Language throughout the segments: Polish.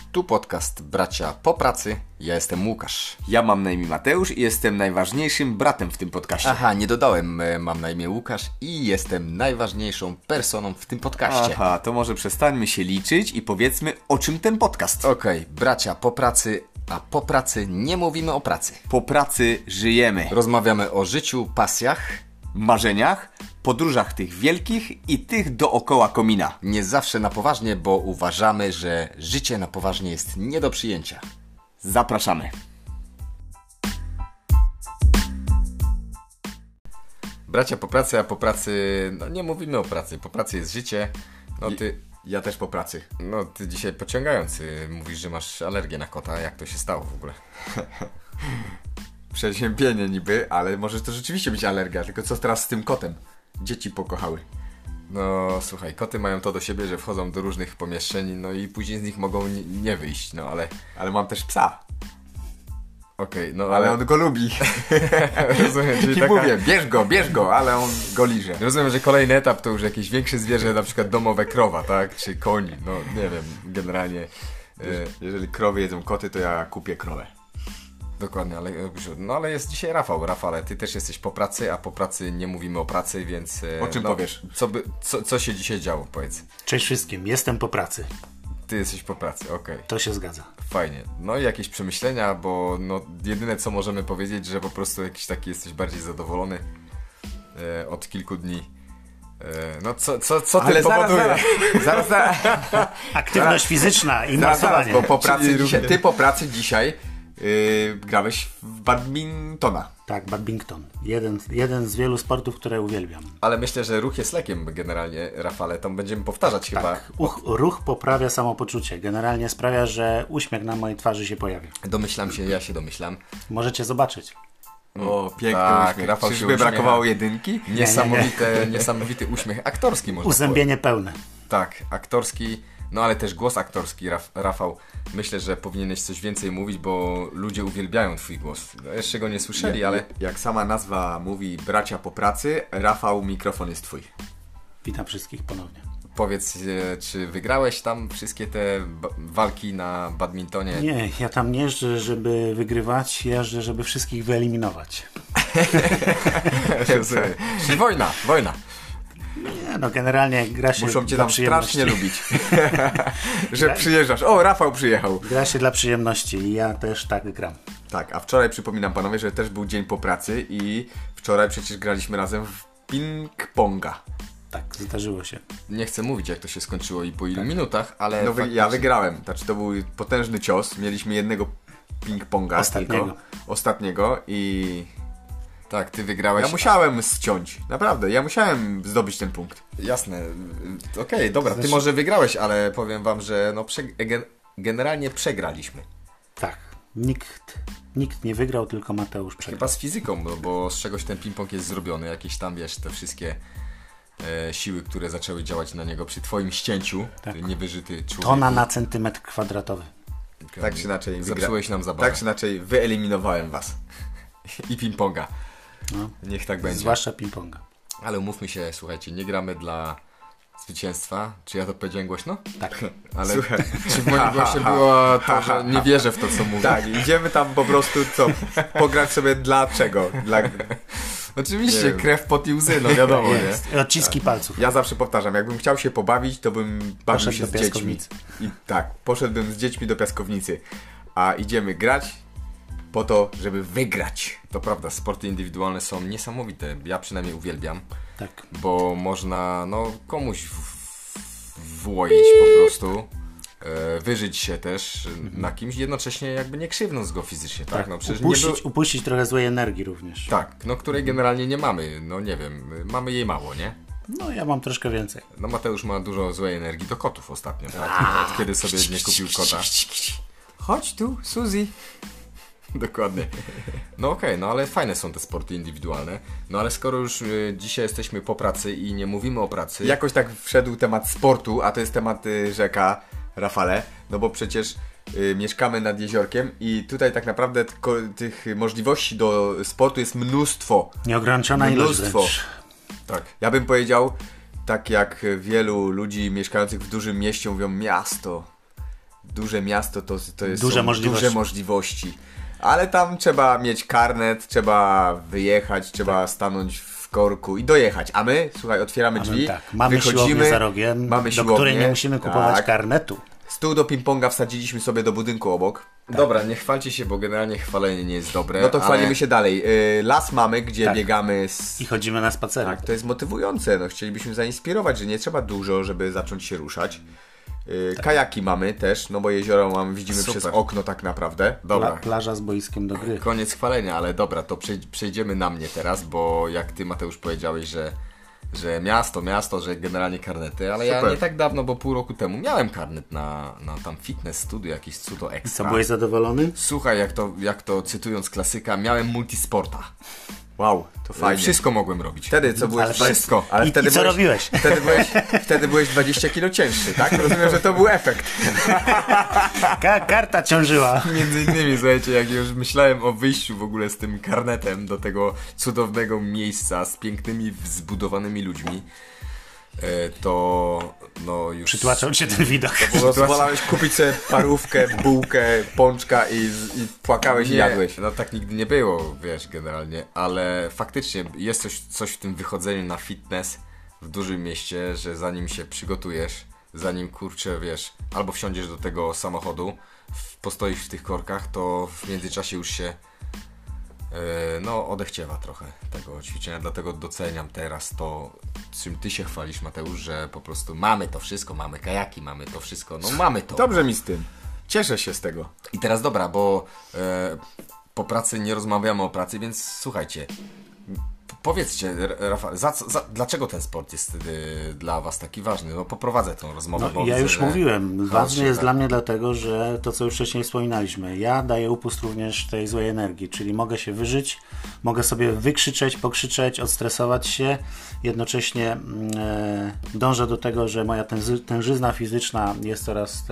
Tu podcast Bracia po pracy. Ja jestem Łukasz. Ja mam na imię Mateusz i jestem najważniejszym bratem w tym podcaście. Aha, nie dodałem. Mam na imię Łukasz i jestem najważniejszą personą w tym podcaście. Aha, to może przestańmy się liczyć i powiedzmy, o czym ten podcast. Okej, bracia po pracy, a po pracy nie mówimy o pracy. Po pracy żyjemy. Rozmawiamy o życiu, pasjach, Marzeniach, podróżach tych wielkich i tych dookoła komina. nie zawsze na poważnie, bo uważamy, że życie na poważnie jest nie do przyjęcia. Zapraszamy. Bracia po pracy, a po pracy, no nie mówimy o pracy. Po pracy jest życie. No ty... Ja też po pracy. No, ty dzisiaj pociągający. Mówisz, że masz alergię na kota. Jak to się stało w ogóle? Przeziębienie niby, ale może to rzeczywiście być alergia. Tylko co teraz z tym kotem? Dzieci pokochały. No, słuchaj, koty mają to do siebie, że wchodzą do różnych pomieszczeń, no i później z nich mogą nie wyjść, no ale... Ale mam też psa. Okej, no Ale on go lubi. Rozumiem, czyli I taka... mówię, bierz go, ale on go liże. Rozumiem, że kolejny etap to już jakieś większe zwierzę, na przykład domowe krowa, tak? Czy koń, no nie wiem, generalnie... Jeżeli krowy jedzą koty, to ja kupię krowę. Dokładnie, ale, no, ale jest dzisiaj Rafał. Rafale, ty też jesteś po pracy, a po pracy nie mówimy o pracy, więc... O czym powiesz? Co się dzisiaj działo, powiedz? Cześć wszystkim, jestem po pracy. Ty jesteś po pracy, okej. To się zgadza. Fajnie. No i jakieś przemyślenia, bo no jedyne co możemy powiedzieć, że po prostu jakiś taki jesteś bardziej zadowolony od kilku dni. No co ty powoduje? Zaraz. Aktywność fizyczna i Zaraz, masowanie. bo po pracy Czyli dzisiaj, równie. ty po pracy dzisiaj grałeś w badmintona. Tak, badminton. Jeden z wielu sportów, które uwielbiam. Ale myślę, że ruch jest lekiem generalnie, Rafale. Tam będziemy powtarzać chyba. Tak, ruch poprawia samopoczucie. Generalnie sprawia, że uśmiech na mojej twarzy się pojawia. Domyślam się, ja się domyślam. Możecie zobaczyć. O, piękny tak, uśmiech. Rafał się Czyżby uśmiecha. brakowało jedynki? Niesamowity uśmiech aktorski można Uzębienie pełne. Tak, aktorski, no ale też głos aktorski, Rafał. Myślę, że powinieneś coś więcej mówić, bo ludzie uwielbiają twój głos. No, jeszcze go nie słyszeli, ale... Jak sama nazwa mówi, bracia po pracy, Rafał, mikrofon jest twój. Witam wszystkich ponownie. Powiedz, czy wygrałeś tam wszystkie te walki na badmintonie? Nie, ja tam nie jeżdżę, żeby wygrywać, jeżdżę, żeby wszystkich wyeliminować. Czyli wojna. Nie, no generalnie gra się Muszą cię dla tam przyjemności. strasznie lubić. Że przyjeżdżasz. O, Rafał przyjechał. Gra się dla przyjemności i ja też tak gram. Tak, a wczoraj przypominam panowie, że też był dzień po pracy i wczoraj przecież graliśmy razem w ping-ponga. Tak, zdarzyło się. Nie chcę mówić, jak to się skończyło i po ilu minutach, ale... No faktycznie... ja wygrałem. Znaczy to był potężny cios. Mieliśmy jednego ping-ponga ostatniego i... Tak, ty wygrałeś. Ja musiałem ściąć. Naprawdę, ja musiałem zdobyć ten punkt. Jasne. Okej, dobra, ty może wygrałeś, ale powiem wam, że no generalnie przegraliśmy. Tak, nikt nie wygrał, tylko Mateusz przegrał. Chyba z fizyką, bo z czegoś ten ping-pong jest zrobiony. Jakieś tam, wiesz, te wszystkie siły, które zaczęły działać na niego przy twoim ścięciu. Tak. Niewyżyty człowiek. Tona na centymetr kwadratowy. Tak czy inaczej Zepsułeś nam zabawę. Tak czy inaczej wyeliminowałem was. I ping-ponga. No. Niech tak będzie. Zwłaszcza ping-ponga. Ale umówmy się, słuchajcie, nie gramy dla zwycięstwa. Czy ja to powiedziałem głośno? Tak. Ale Słuchaj. czy w moim głosie było to, że nie wierzę w to, co mówię? Tak, idziemy tam po prostu pograć sobie dlaczego. Oczywiście, Nie wiem. krew, pot i łzy, no wiadomo, nie? Jest. Odciski palców. Ja zawsze powtarzam, jakbym chciał się pobawić, to bym bawił Poszedł się do z dziećmi. piaskownicy. I tak, poszedłbym z dziećmi do piaskownicy. A idziemy grać po to, żeby wygrać. To prawda, sporty indywidualne są niesamowite. Ja przynajmniej uwielbiam, Tak. bo można komuś włoić po prostu, wyżyć się też na kimś, jednocześnie jakby nie krzywdząc go fizycznie, tak? No przecież Upuścić trochę złej energii również. Tak, no której generalnie nie mamy, no nie wiem, mamy jej mało, nie? No ja mam troszkę więcej. No Mateusz ma dużo złej energii do kotów ostatnio, tak? Od kiedy sobie nie kupił kota. Chodź tu, Suzy. Dokładnie. No okej, no ale fajne są te sporty indywidualne. No ale skoro już dzisiaj jesteśmy po pracy i nie mówimy o pracy... Jakoś tak wszedł temat sportu, a to jest temat rzeka, Rafale. No bo przecież mieszkamy nad jeziorkiem i tutaj tak naprawdę tych możliwości do sportu jest mnóstwo. Nieograniczona ilość Mnóstwo. wręcz. Tak. Ja bym powiedział, tak jak wielu ludzi mieszkających w dużym mieście mówią miasto. duże miasto to jest Duże są możliwości. duże możliwości. Ale tam trzeba mieć karnet, trzeba wyjechać, trzeba stanąć w korku i dojechać. A my, słuchaj, otwieramy drzwi, Tak, mamy wychodzimy, siłownię za rogiem, mamy do siłownię, której nie musimy kupować tak. karnetu. Stół do ping-ponga wsadziliśmy sobie do budynku obok. Dobra, nie chwalcie się, bo generalnie chwalenie nie jest dobre. No to chwalimy ale... się dalej. Las mamy, gdzie Tak. biegamy z... I chodzimy na spacery. Tak, to jest motywujące. No, chcielibyśmy zainspirować, że nie trzeba dużo, żeby zacząć się ruszać. Kajaki mamy też, no bo jezioro widzimy Super. przez okno tak naprawdę. Dobra, Plaża z boiskiem do gry. koniec chwalenia, ale dobra, to przejdziemy na mnie teraz, bo jak ty, Mateusz, powiedziałeś, że miasto, że generalnie karnety, ale ja Super. nie tak dawno, bo pół roku temu miałem karnet na tam fitness studio, jakieś cudo Co, ekstra. byłeś zadowolony? Słuchaj, jak to cytując klasyka, miałem multisporta. Wow, to fajnie. Wszystko mogłem robić. Wtedy co byłeś... Ale wszystko. Ale I co robiłeś? Wtedy byłeś 20 kilo cięższy, tak? Rozumiem, że to był efekt. Karta ciążyła. Między innymi, słuchajcie, jak już myślałem o wyjściu w ogóle z tym karnetem do tego cudownego miejsca z pięknymi, zbudowanymi ludźmi, to no już... Przytłaczał cię ten widok. Po prostu wolałeś kupić sobie parówkę, bułkę, pączka i płakałeś i jadłeś. No tak nigdy nie było, wiesz, generalnie, ale faktycznie jest coś w tym wychodzeniu na fitness w dużym mieście, że zanim się przygotujesz, zanim, kurczę, wiesz, albo wsiądziesz do tego samochodu, postoisz w tych korkach, to w międzyczasie już się odechciewa trochę tego ćwiczenia, dlatego doceniam teraz to, czym ty się chwalisz, Mateusz, że po prostu mamy to wszystko, mamy kajaki, mamy to wszystko, no mamy to. Dobrze mi z tym. Cieszę się z tego. I teraz dobra, bo po pracy nie rozmawiamy o pracy, więc słuchajcie, powiedzcie, Rafał, dlaczego ten sport jest dla was taki ważny? No poprowadzę tą rozmowę. No, bo ja widzę, już że mówiłem, ważny się jest tak- dla mnie dlatego, że to co już wcześniej wspominaliśmy, ja daję upust również tej złej energii, czyli mogę się wyżyć, mogę sobie wykrzyczeć, pokrzyczeć, odstresować się, jednocześnie dążę do tego, że moja tężyzna fizyczna jest coraz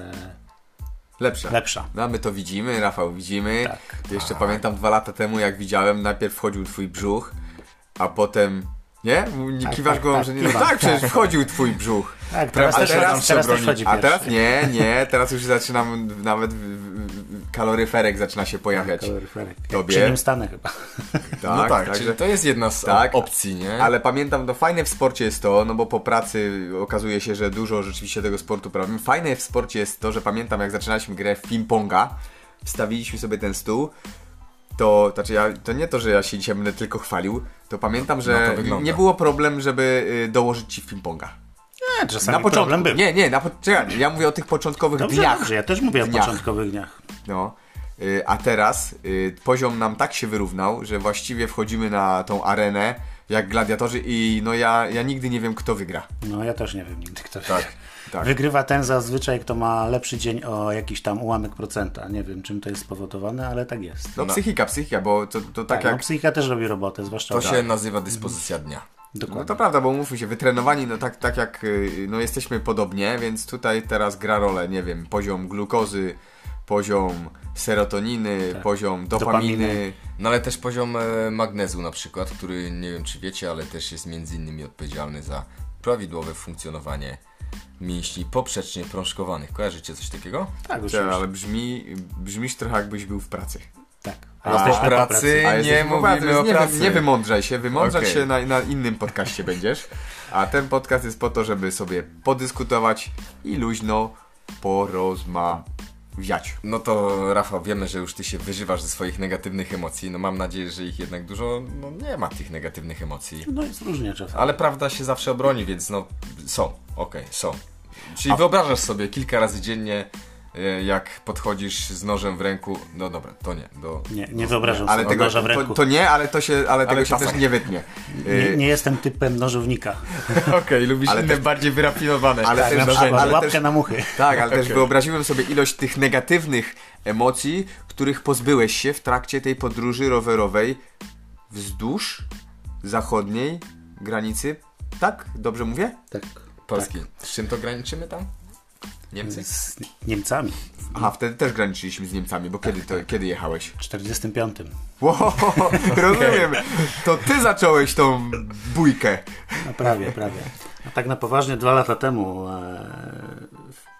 lepsza. No my to widzimy, Rafał, widzimy. Tak. Jeszcze pamiętam 2 lata temu, jak widziałem, najpierw wchodził twój brzuch, a potem... Nie? Nie kiwasz tak, głową, tak, że nie? kiwam, No tak, przecież tak. wchodził twój brzuch. Tak, teraz A też teraz teraz się też wchodzi A teraz pierwszy. nie, teraz już zaczynam, nawet kaloryferek zaczyna się pojawiać. Kaloryferek. Jak Tobie. przy nim stanę chyba. No tak, także- czyli to jest jedna z Tak. opcji, nie? Ale pamiętam, no fajne w sporcie jest to, no bo po pracy okazuje się, że dużo rzeczywiście tego sportu prawimy. Fajne w sporcie jest to, że pamiętam, jak zaczynaliśmy grę w ping-ponga, wstawiliśmy sobie ten stół, to to nie to, że ja się dzisiaj będę tylko chwalił, to pamiętam, No że to wygląda. nie było problem, żeby dołożyć ci w ping-ponga. Nie, czasami Na początku. problem był. Nie, czekaj, ja mówię o tych początkowych Dobrze, dniach. dobrze, ja też mówię o Dniach. początkowych dniach. No. A teraz poziom nam tak się wyrównał, że właściwie wchodzimy na tą arenę jak gladiatorzy i no ja nigdy nie wiem, kto wygra. No ja też nie wiem nigdy kto wygra. Tak. Wygrywa ten zazwyczaj, kto ma lepszy dzień o jakiś tam ułamek procenta. Nie wiem, czym to jest spowodowane, ale tak jest. No psychika, bo to tak Tak, jak... no, psychika też robi robotę, zwłaszcza To tak. się nazywa dyspozycja dnia. Dokładnie. No to prawda, bo umówmy się, wytrenowani, no tak jak no jesteśmy podobnie, więc tutaj teraz gra rolę, nie wiem, poziom glukozy, poziom serotoniny, Tak. poziom dopaminy. Dopaminy. No ale też poziom magnezu na przykład, który nie wiem czy wiecie, ale też jest między innymi odpowiedzialny za prawidłowe funkcjonowanie mięśni poprzecznie prążkowanych. Kojarzycie coś takiego? Tak, Czy, oczywiście. ale brzmisz trochę jakbyś był w pracy. Tak. A Jesteśmy po pracy? A Nie jesteśmy po pracy, mówimy o więc pracy. nie wymądrzaj się, wymądrzać Okej. się na innym podcaście będziesz. A ten podcast jest po to, żeby sobie podyskutować i luźno porozmawiać. No to Rafał, wiemy, że już ty się wyżywasz ze swoich negatywnych emocji. No mam nadzieję, że ich jednak dużo nie ma tych negatywnych emocji. No jest różnie czasami. Ale prawda się zawsze obroni, więc no są, są. Czyli wyobrażasz sobie kilka razy dziennie, jak podchodzisz z nożem w ręku, no dobra, to nie. Nie wyobrażam Ale sobie tego, noża w ręku. to nie, ale tego się czasem. też nie wytnie. Nie jestem typem nożownika. Okej, lubisz Ale inne też- bardziej wyrafinowane. ale Tak, też na narzędzia. przykład ale łapkę też- na muchy. Tak, ale też Okej. wyobraziłem sobie ilość tych negatywnych emocji, których pozbyłeś się w trakcie tej podróży rowerowej wzdłuż zachodniej granicy. Tak? Dobrze mówię? Tak. Polski. Z czym to graniczymy tam? Niemcy? Z Niemcami. Aha, wtedy też graniczyliśmy z Niemcami, bo kiedy jechałeś? W 45. Wow, rozumiem. To ty zacząłeś tą bójkę. No prawie. A tak na poważnie 2 lata temu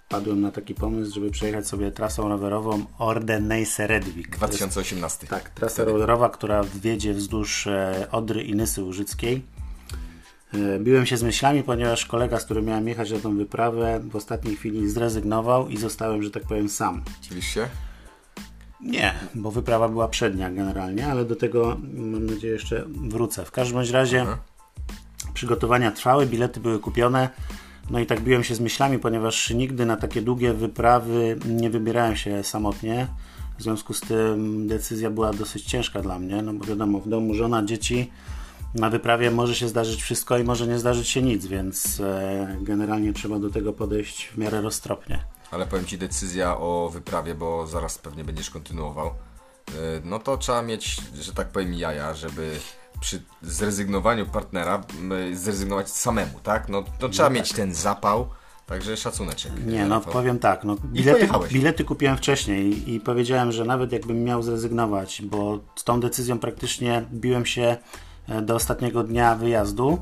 wpadłem na taki pomysł, żeby przejechać sobie trasą rowerową Ordeneise Redwik. 2018. Tak, trasa rowerowa, która wiedzie wzdłuż Odry i Nysy Łużyckiej. Biłem się z myślami, ponieważ kolega, z którym miałem jechać na tą wyprawę, w ostatniej chwili zrezygnował i zostałem, że tak powiem, sam. Dziwisz się? Nie, bo wyprawa była przednia generalnie, ale do tego mam nadzieję jeszcze wrócę. W każdym bądź razie przygotowania trwały, bilety były kupione, no i tak biłem się z myślami, ponieważ nigdy na takie długie wyprawy nie wybierałem się samotnie. W związku z tym decyzja była dosyć ciężka dla mnie, no bo wiadomo, w domu żona, dzieci, na wyprawie może się zdarzyć wszystko i może nie zdarzyć się nic, więc generalnie trzeba do tego podejść w miarę roztropnie. Ale powiem Ci, decyzja o wyprawie, bo zaraz pewnie będziesz kontynuował, no to trzeba mieć, że tak powiem, jaja, żeby przy zrezygnowaniu partnera zrezygnować samemu, tak? No to trzeba mieć ten zapał, także szacuneczek. Nie, no Rafał. powiem tak, no bilety kupiłem wcześniej i powiedziałem, że nawet jakbym miał zrezygnować, bo z tą decyzją praktycznie biłem się do ostatniego dnia wyjazdu,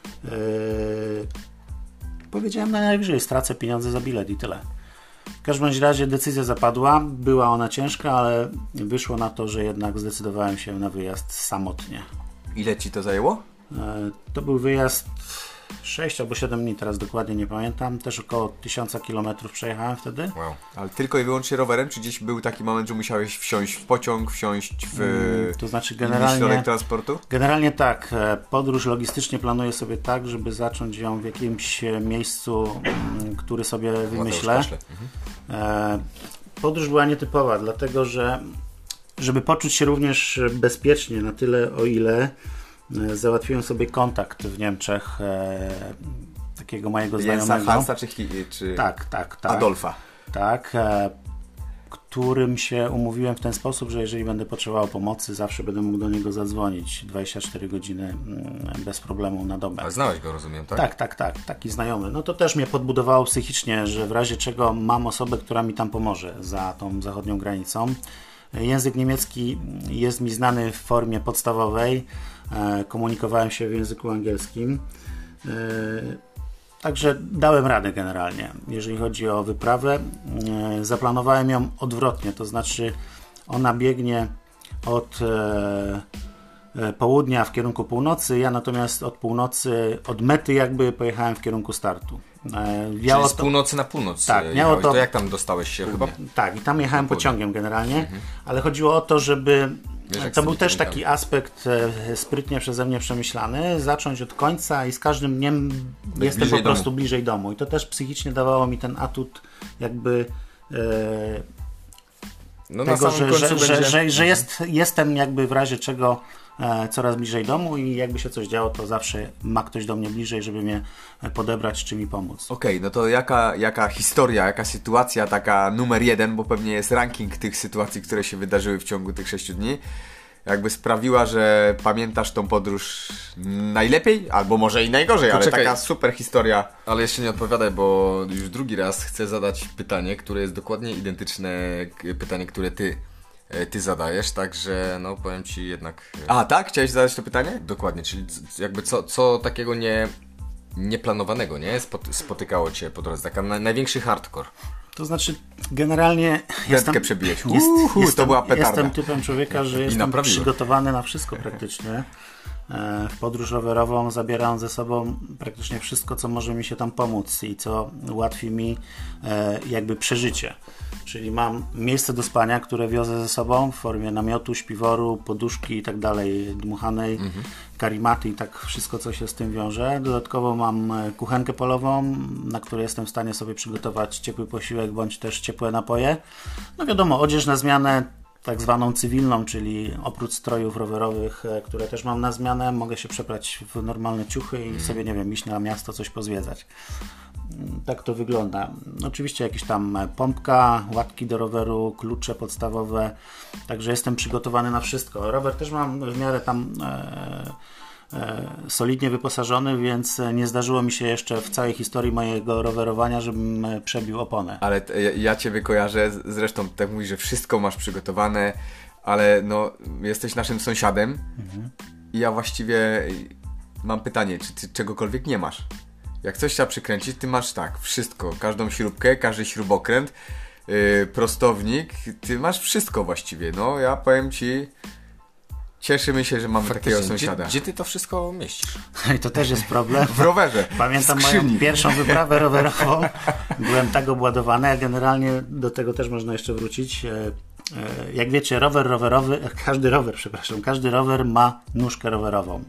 powiedziałem najwyżej stracę pieniądze za bilet i tyle. W każdym razie decyzja zapadła, była ona ciężka, ale wyszło na to, że jednak zdecydowałem się na wyjazd samotnie. Ile Ci to zajęło? To był wyjazd 6 albo 7 dni, teraz dokładnie nie pamiętam. Też około 1000 km przejechałem wtedy. Wow. Ale tylko i wyłącznie rowerem, czy gdzieś był taki moment, że musiałeś wsiąść w pociąg, wsiąść w to znaczy inny środek transportu? Generalnie tak. Podróż logistycznie planuję sobie tak, żeby zacząć ją w jakimś miejscu, który sobie wymyślę. Podróż była nietypowa, dlatego że żeby poczuć się również bezpiecznie na tyle, o ile załatwiłem sobie kontakt w Niemczech takiego mojego znajomego. Hansa czy Tak. Adolfa. Tak, którym się umówiłem w ten sposób, że jeżeli będę potrzebował pomocy, zawsze będę mógł do niego zadzwonić 24 godziny bez problemu na dobę. Ale znałeś go, rozumiem, tak? Tak, taki znajomy. No to też mnie podbudowało psychicznie, że w razie czego mam osobę, która mi tam pomoże za tą zachodnią granicą. Język niemiecki jest mi znany w formie podstawowej. Komunikowałem się w języku angielskim. Także dałem radę generalnie. Jeżeli chodzi o wyprawę, zaplanowałem ją odwrotnie, to znaczy ona biegnie od południa w kierunku północy, ja natomiast od północy, od mety jakby pojechałem w kierunku startu. Czyli z północy na północ. Tak, miało to... To jak tam dostałeś się chyba? Tak, i tam jechałem pociągiem generalnie, ale chodziło o to, żeby... To był też taki aspekt sprytnie przeze mnie przemyślany, zacząć od końca i z każdym dniem jestem po prostu bliżej domu. I to też psychicznie dawało mi ten atut jakby tego, że jestem jakby w razie czego coraz bliżej domu i jakby się coś działo, to zawsze ma ktoś do mnie bliżej, żeby mnie podebrać czy mi pomóc. Okej, no to jaka historia, jaka sytuacja taka numer 1, bo pewnie jest ranking tych sytuacji, które się wydarzyły w ciągu tych 6 dni, jakby sprawiła, że pamiętasz tą podróż najlepiej, albo może i najgorzej, ale taka super historia. Ale jeszcze nie odpowiadaj, bo już drugi raz chcę zadać pytanie, które jest dokładnie identyczne pytanie, które ty zadajesz, także no powiem Ci jednak... A, tak? Chciałeś zadać to pytanie? Dokładnie, czyli jakby co takiego nieplanowanego, nie? Spotykało Cię po drodze, taka największy hardcore. To znaczy, generalnie to była petarda. Jestem typem człowieka, że jestem przygotowany na wszystko praktycznie. W podróż rowerową zabieram ze sobą praktycznie wszystko, co może mi się tam pomóc i co ułatwi mi jakby przeżycie. Czyli mam miejsce do spania, które wiozę ze sobą w formie namiotu, śpiworu, poduszki i tak dalej, dmuchanej, karimaty i tak wszystko, co się z tym wiąże. Dodatkowo mam kuchenkę polową, na której jestem w stanie sobie przygotować ciepły posiłek bądź też ciepłe napoje. No wiadomo, odzież na zmianę tak zwaną cywilną, czyli oprócz strojów rowerowych, które też mam na zmianę, mogę się przebrać w normalne ciuchy i sobie, nie wiem, iść na miasto, coś pozwiedzać. Tak to wygląda. Oczywiście jakieś tam pompka, łapki do roweru, klucze podstawowe, także jestem przygotowany na wszystko. Rower też mam w miarę tam solidnie wyposażony, więc nie zdarzyło mi się jeszcze w całej historii mojego rowerowania, żebym przebił oponę. Ale ja Ciebie kojarzę, zresztą tak mówisz, że wszystko masz przygotowane, ale no jesteś naszym sąsiadem i ja właściwie mam pytanie, czy Ty czegokolwiek nie masz? Jak coś trzeba przykręcić, ty masz tak, wszystko, każdą śrubkę, każdy śrubokręt, prostownik, ty masz wszystko właściwie, no ja powiem ci, cieszymy się, że mamy takiego sąsiada. Gdzie ty to wszystko mieścisz? I to też jest problem. W rowerze. Pamiętam Skrzyni. moją pierwszą wyprawę rowerową. Byłem tak obładowany, a generalnie do tego też można jeszcze wrócić. Jak wiecie, każdy rower ma nóżkę rowerową.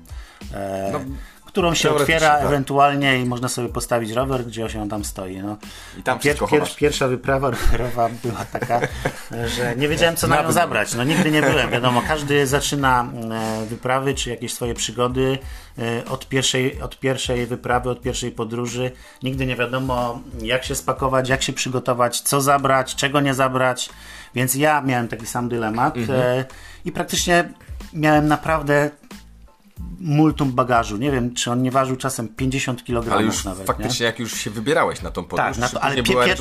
Którą się otwiera ewentualnie i można sobie postawić rower, gdzie się on tam stoi. No. I tam wszystko chowasz. Pierwsza wyprawa rowerowa była taka, że nie wiedziałem, co na nią zabrać. No nigdy nie byłem. Wiadomo, każdy zaczyna wyprawy czy jakieś swoje przygody od pierwszej wyprawy, od pierwszej podróży. Nigdy nie wiadomo, jak się spakować, jak się przygotować, co zabrać, czego nie zabrać. Więc ja miałem taki sam dylemat i praktycznie miałem naprawdę multum bagażu. Nie wiem, czy on nie ważył czasem 50 kg ale już nawet. Faktycznie, jak już się wybierałeś na tą podróż, tak, ale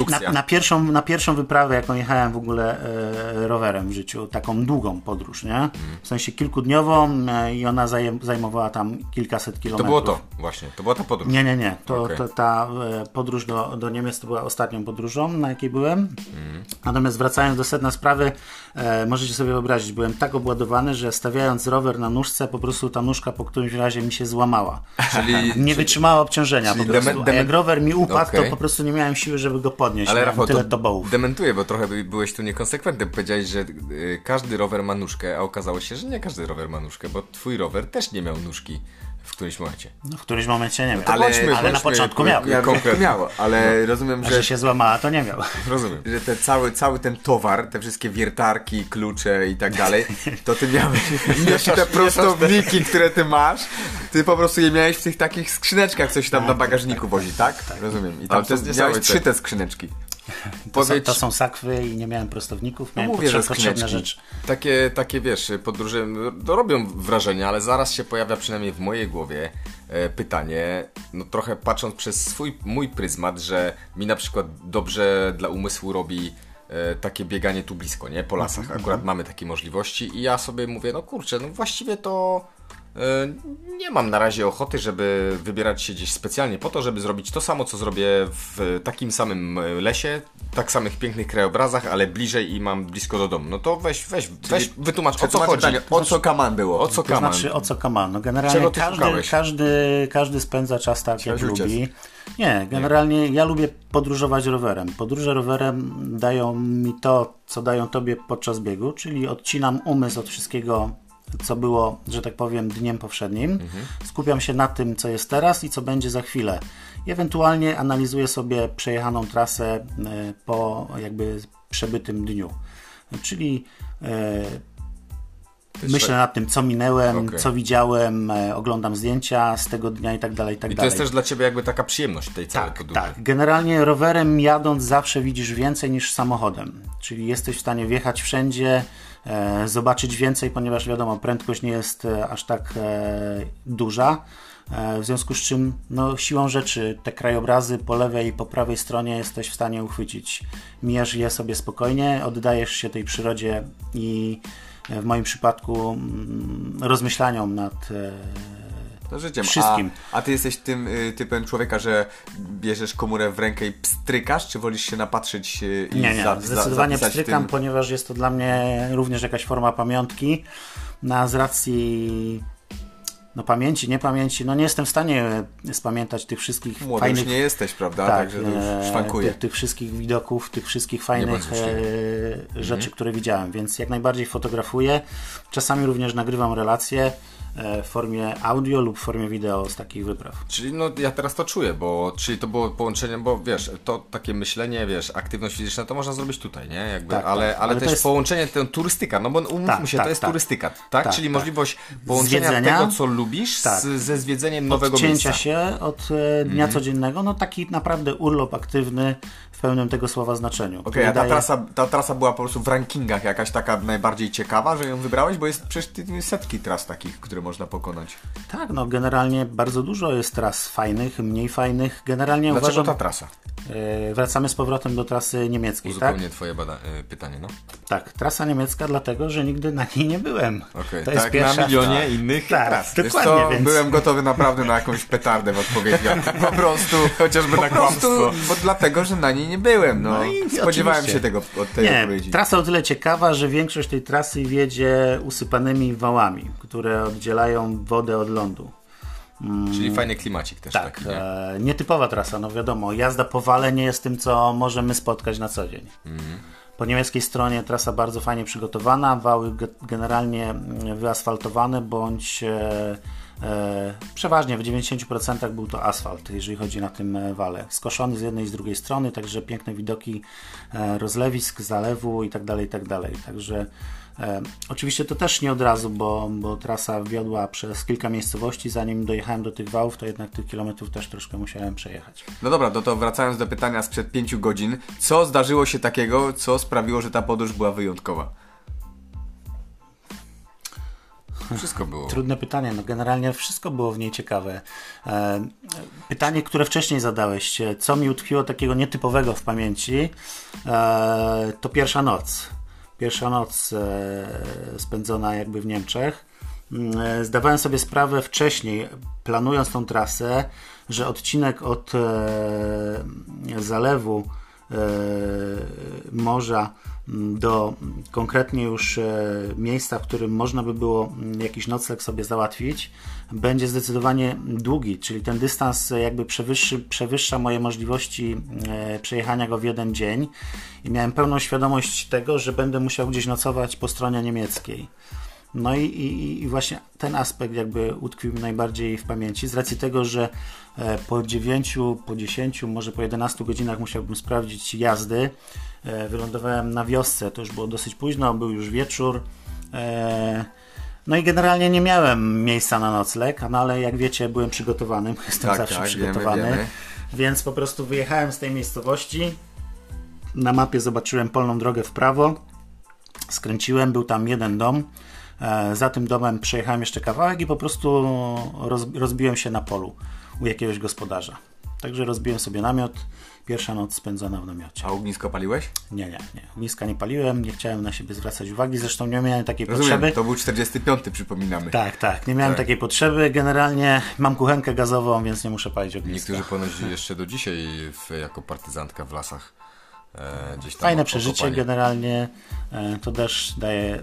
na pierwszą wyprawę, jaką jechałem w ogóle rowerem w życiu, taką długą podróż, nie? W sensie kilkudniową i ona zajmowała tam kilkaset kilometrów. To była ta podróż. Nie. Ta podróż do Niemiec to była ostatnią podróżą, na jakiej byłem. Natomiast wracając do sedna sprawy, możecie sobie wyobrazić, byłem tak obładowany, że stawiając rower na nóżce, po prostu ta nóżka po którymś razie mi się złamała. Nie wytrzymała obciążenia po prostu. A jak rower mi upadł, to po prostu nie miałem siły, żeby go podnieść. Ale Rafał, tyle to tobołów. dementuję, bo trochę byłeś tu niekonsekwentny. Powiedziałeś, że każdy rower ma nóżkę, a okazało się, że nie każdy rower ma nóżkę, bo twój rower też nie miał nóżki w którymś momencie. No, w którymś momencie nie miał. Ale na początku miał. Miało, ale rozumiem, że się złamała, to nie miał. Rozumiem. Że cały ten towar, te wszystkie wiertarki, klucze i tak dalej, to ty miałeś. I te prostowniki, które ty masz, ty po prostu je miałeś w tych takich skrzyneczkach, coś tam na bagażniku wozi, tak? Rozumiem. I tam miałeś 3 te skrzyneczki. To są sakwy i nie miałem prostowników, miałem potrzebne rzeczy. Takie wiesz, podróże robią wrażenie, ale zaraz się pojawia przynajmniej w mojej głowie pytanie, no trochę patrząc przez mój pryzmat, że mi na przykład dobrze dla umysłu robi takie bieganie tu blisko, nie? Po lasach. Akurat mamy takie możliwości i ja sobie mówię, no kurczę, no właściwie to nie mam na razie ochoty, żeby wybierać się gdzieś specjalnie po to, żeby zrobić to samo, co zrobię w takim samym lesie, tak samych pięknych krajobrazach, ale bliżej i mam blisko do domu. No to weź wytłumacz, o co chodzi. O co kaman było? O co kaman? To znaczy, o co kaman? No generalnie każdy spędza czas tak, jak lubi. Nie, generalnie ja lubię podróżować rowerem. Podróże rowerem dają mi to, co dają tobie podczas biegu, czyli odcinam umysł od wszystkiego, co było, że tak powiem, dniem poprzednim. Skupiam się na tym, co jest teraz i co będzie za chwilę. I ewentualnie analizuję sobie przejechaną trasę po jakby przebytym dniu. Czyli myślę nad tym, co minęłem, co widziałem, oglądam zdjęcia z tego dnia i tak dalej, i tak dalej. I to jest też dla ciebie jakby taka przyjemność tej całej podróży. Tak. Generalnie rowerem jadąc zawsze widzisz więcej niż samochodem. Czyli jesteś w stanie wjechać wszędzie, zobaczyć więcej, ponieważ wiadomo, prędkość nie jest aż tak duża. W związku z czym no, siłą rzeczy te krajobrazy po lewej i po prawej stronie jesteś w stanie uchwycić. Mijasz je sobie spokojnie, oddajesz się tej przyrodzie i w moim przypadku rozmyślaniom nad życiem. Wszystkim. A ty jesteś tym typem człowieka, że bierzesz komórę w rękę i pstrykasz, czy wolisz się napatrzyć i Nie, zdecydowanie pstrykam, ponieważ jest to dla mnie również jakaś forma pamiątki. Z racji pamięci, niepamięci, nie jestem w stanie spamiętać tych wszystkich fajnych... nie jesteś, prawda? Także to już szwankuje. Tych wszystkich widoków, tych wszystkich fajnych rzeczy, które widziałem, więc jak najbardziej fotografuję. Czasami również nagrywam relacje w formie audio lub w formie wideo z takich wypraw. Czyli ja teraz to czuję, czyli to było połączenie, bo wiesz, to takie myślenie, wiesz, aktywność fizyczna to można zrobić tutaj, nie? Jakby, tak, ale też jest... połączenie, tę turystyka, bo umówmy się, to jest turystyka, tak? Czyli możliwość połączenia tego, co lubisz ze zwiedzeniem nowego miejsca. Odcięcia się od dnia codziennego, taki naprawdę urlop aktywny w pełnym tego słowa znaczeniu. Okej, a ta trasa była po prostu w rankingach jakaś taka najbardziej ciekawa, że ją wybrałeś? Bo jest przecież setki tras takich, które można pokonać. Tak, generalnie bardzo dużo jest tras fajnych, mniej fajnych. Generalnie Dlaczego uważam... ta trasa? Wracamy z powrotem do trasy niemieckiej, tak? Uzupełnię twoje pytanie, no. Tak, trasa niemiecka, dlatego, że nigdy na niej nie byłem. Okay. To jest Tak, pierwsza... na milionie innych tak, tras. dokładnie, Wiesz co, więc... byłem gotowy naprawdę na jakąś petardę w odpowiedzi. Po prostu, Chociażby na kłamstwo. bo dlatego, że na niej nie byłem. No. i Spodziewałem oczywiście. się tego od tej odpowiedzi. Trasa o tyle ciekawa, że większość tej trasy wiedzie usypanymi wałami, które oddzielają wodę od lądu. Czyli fajny klimacik też Tak, taki, nie? Nietypowa trasa, no wiadomo, jazda po wale nie jest tym, co możemy spotkać na co dzień. Po niemieckiej stronie trasa bardzo fajnie przygotowana, wały generalnie wyasfaltowane, bądź przeważnie w 90% był to asfalt, jeżeli chodzi na tym wale. Skoszony z jednej i z drugiej strony, także piękne widoki rozlewisk, zalewu i tak dalej. Także oczywiście to też nie od razu, bo trasa wiodła przez kilka miejscowości. Zanim dojechałem do tych wałów, to jednak tych kilometrów też troszkę musiałem przejechać. No dobra, to wracając do pytania sprzed 5 godzin. Co zdarzyło się takiego, co sprawiło, że ta podróż była wyjątkowa? Wszystko było. Trudne pytanie, no generalnie wszystko było w niej ciekawe. Pytanie, które wcześniej zadałeś, co mi utkwiło takiego nietypowego w pamięci, to pierwsza noc. Pierwsza noc spędzona jakby w Niemczech. Zdawałem sobie sprawę wcześniej, planując tą trasę, że odcinek od zalewu morza do konkretnie już miejsca, w którym można by było jakiś nocleg sobie załatwić, będzie zdecydowanie długi, czyli ten dystans jakby przewyższa moje możliwości przejechania go w jeden dzień i miałem pełną świadomość tego, że będę musiał gdzieś nocować po stronie niemieckiej. No i właśnie ten aspekt jakby utkwił mi najbardziej w pamięci, z racji tego, że po 9, po 10, może po 11 godzinach musiałbym sprawdzić jazdy. Wylądowałem na wiosce, to już było dosyć późno, był już wieczór. No i generalnie nie miałem miejsca na nocleg, no ale jak wiecie, byłem przygotowanym, jestem zawsze przygotowany. Wiemy. Więc po prostu wyjechałem z tej miejscowości. Na mapie zobaczyłem polną drogę w prawo. Skręciłem, był tam jeden dom. Za tym domem przejechałem jeszcze kawałek i po prostu rozbiłem się na polu u jakiegoś gospodarza. Także rozbiłem sobie namiot. Pierwsza noc spędzona w namiocie. A ognisko paliłeś? Nie. Ogniska nie paliłem, nie chciałem na siebie zwracać uwagi, zresztą nie miałem takiej Rozumiem, potrzeby. to był 45, przypominamy. Tak, nie miałem takiej potrzeby. Generalnie mam kuchenkę gazową, więc nie muszę palić ogniska. Niektórzy ponoć jeszcze do dzisiaj jako partyzantka w lasach gdzieś tam fajne przeżycie okopanie. Generalnie to też daje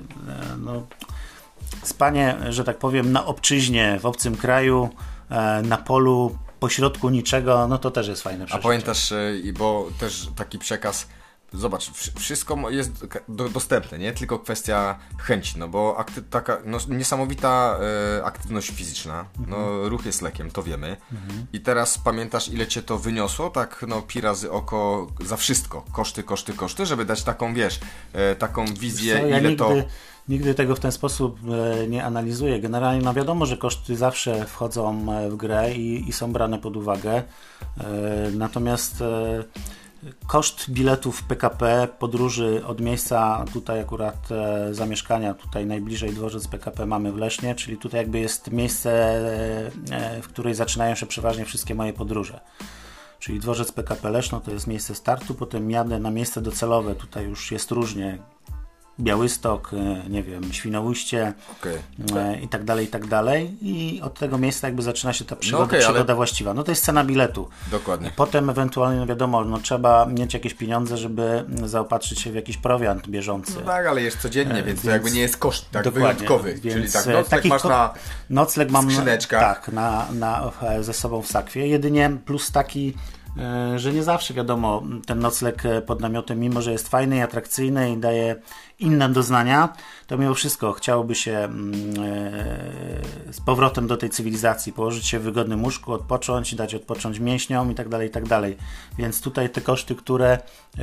spanie, że tak powiem, na obczyźnie, w obcym kraju, na polu, pośrodku niczego, no to też jest fajne przeżycie. A pamiętasz, bo też taki przekaz, zobacz, wszystko jest dostępne, nie? Tylko kwestia chęci, no bo taka niesamowita aktywność fizyczna, no ruch jest lekiem, to wiemy. I teraz pamiętasz, ile cię to wyniosło, tak no pi razy oko za wszystko, koszty, żeby dać taką, wiesz, taką wizję, co, ja ile nigdy tego w ten sposób nie analizuję. Generalnie no wiadomo, że koszty zawsze wchodzą w grę i są brane pod uwagę. Natomiast koszt biletów PKP, podróży od miejsca tutaj akurat zamieszkania, tutaj najbliżej dworzec PKP mamy w Lesznie, czyli tutaj jakby jest miejsce, w której zaczynają się przeważnie wszystkie moje podróże. Czyli dworzec PKP Leszno to jest miejsce startu, potem jadę na miejsce docelowe, tutaj już jest różnie. Białystok, nie wiem, Świnoujście i tak dalej. I od tego miejsca jakby zaczyna się ta przygoda właściwa. No to jest cena biletu. Dokładnie. Potem ewentualnie, no wiadomo, no trzeba mieć jakieś pieniądze, żeby zaopatrzyć się w jakiś prowiant bieżący. No tak, ale jest codziennie, więc to jakby nie jest koszt tak wyjątkowy. Więc czyli tak, nocleg masz na nocleg mam skrzyneczkach. Tak, ze sobą w sakwie. Jedynie plus taki, że nie zawsze wiadomo, ten nocleg pod namiotem, mimo że jest fajny i atrakcyjny i daje inne doznania, to mimo wszystko chciałoby się z powrotem do tej cywilizacji, położyć się w wygodnym łóżku, odpocząć, dać odpocząć mięśniom i tak dalej. Więc tutaj te koszty, które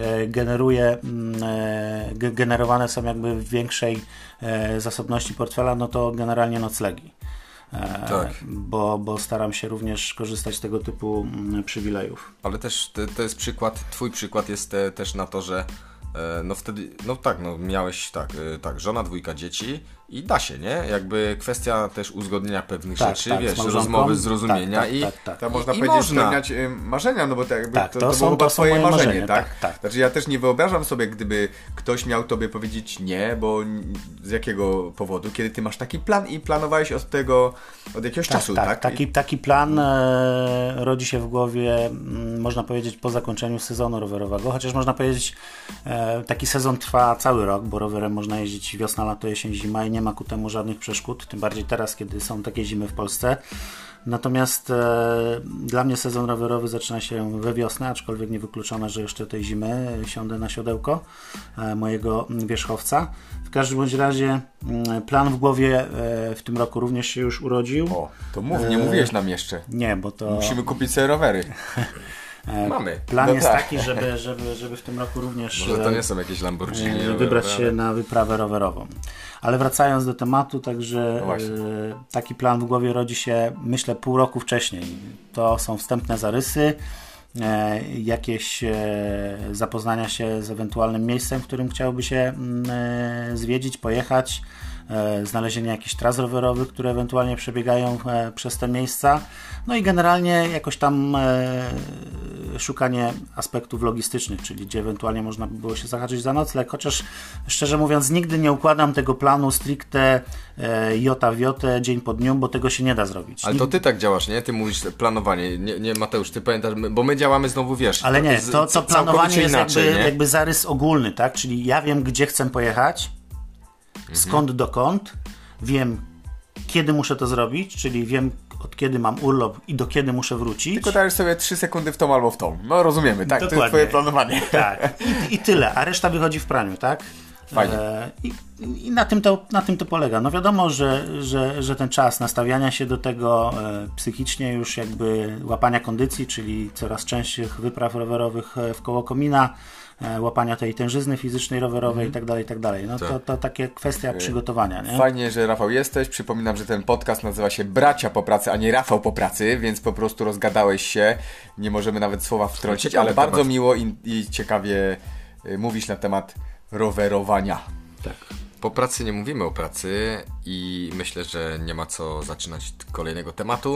generowane są jakby w większej zasobności portfela, no to generalnie noclegi. Tak. Bo staram się również korzystać z tego typu przywilejów. Ale też to jest przykład, twój przykład jest też na to, że no wtedy, no tak, no miałeś tak, żona, 2 dzieci i da się, nie? Jakby kwestia też uzgodnienia pewnych rzeczy, wiesz, rozmowy, zrozumienia To można i powiedzieć można. spełniać marzenia, no bo to, jakby Tak, to to było są- chyba to są twoje moje marzenie, marzenia, tak? tak. Znaczy ja też nie wyobrażam sobie, gdyby ktoś miał tobie powiedzieć nie, bo z jakiego powodu, kiedy ty masz taki plan i planowałeś od jakiegoś czasu, tak? Taki plan rodzi się w głowie, można powiedzieć, po zakończeniu sezonu rowerowego, chociaż można powiedzieć, taki sezon trwa cały rok, bo rowerem można jeździć wiosna, lato, jesień, zima i nie ma ku temu żadnych przeszkód, tym bardziej teraz, kiedy są takie zimy w Polsce. Natomiast dla mnie sezon rowerowy zaczyna się we wiosnę, aczkolwiek niewykluczone, że jeszcze tej zimy siądę na siodełko mojego wierzchowca. W każdym bądź razie plan w głowie w tym roku również się już urodził. O, to mów, nie mówiłeś nam jeszcze. Nie, bo to... Musimy kupić sobie rowery. Mamy. Plan No jest tak. taki, żeby w tym roku również Może to nie są jakieś Lamborghini wybrać rowerowe, się na wyprawę rowerową. Ale wracając do tematu, także No właśnie. taki plan w głowie rodzi się, myślę, pół roku wcześniej. To są wstępne zarysy, jakieś zapoznania się z ewentualnym miejscem, w którym chciałoby się zwiedzić, pojechać, znalezienie jakichś tras rowerowych, które ewentualnie przebiegają przez te miejsca. No i generalnie jakoś tam szukanie aspektów logistycznych, czyli gdzie ewentualnie można by było się zahaczyć za nocleg, chociaż szczerze mówiąc nigdy nie układam tego planu stricte jota w jotę, dzień po dniu, bo tego się nie da zrobić. Ale to ty tak działasz, nie? Ty mówisz planowanie. Nie Mateusz, ty pamiętasz, bo my działamy znowu, wiesz. Ale nie, to planowanie jest inaczej, jakby zarys ogólny, tak? Czyli ja wiem, gdzie chcę pojechać, skąd dokąd, wiem, kiedy muszę to zrobić, czyli wiem, od kiedy mam urlop i do kiedy muszę wrócić. Tylko dajesz sobie 3 sekundy w tą albo w tą. No rozumiemy, tak? To Dokładnie. jest twoje planowanie. Tak, i tyle, a reszta wychodzi w praniu, tak? Fajnie. I na tym to polega. No wiadomo, że ten czas nastawiania się do tego psychicznie już jakby łapania kondycji, czyli coraz częstszych wypraw rowerowych w koło komina, łapania tej tężyzny fizycznej rowerowej i tak dalej. No to takie kwestia przygotowania, nie? Fajnie, że Rafał jesteś. Przypominam, że ten podcast nazywa się Bracia po pracy, a nie Rafał po pracy, więc po prostu rozgadałeś się. Nie możemy nawet słowa wtrącić, Ciekawy ale bardzo temat. miło i ciekawie mówisz na temat rowerowania. Tak. Po pracy nie mówimy o pracy i myślę, że nie ma co zaczynać kolejnego tematu.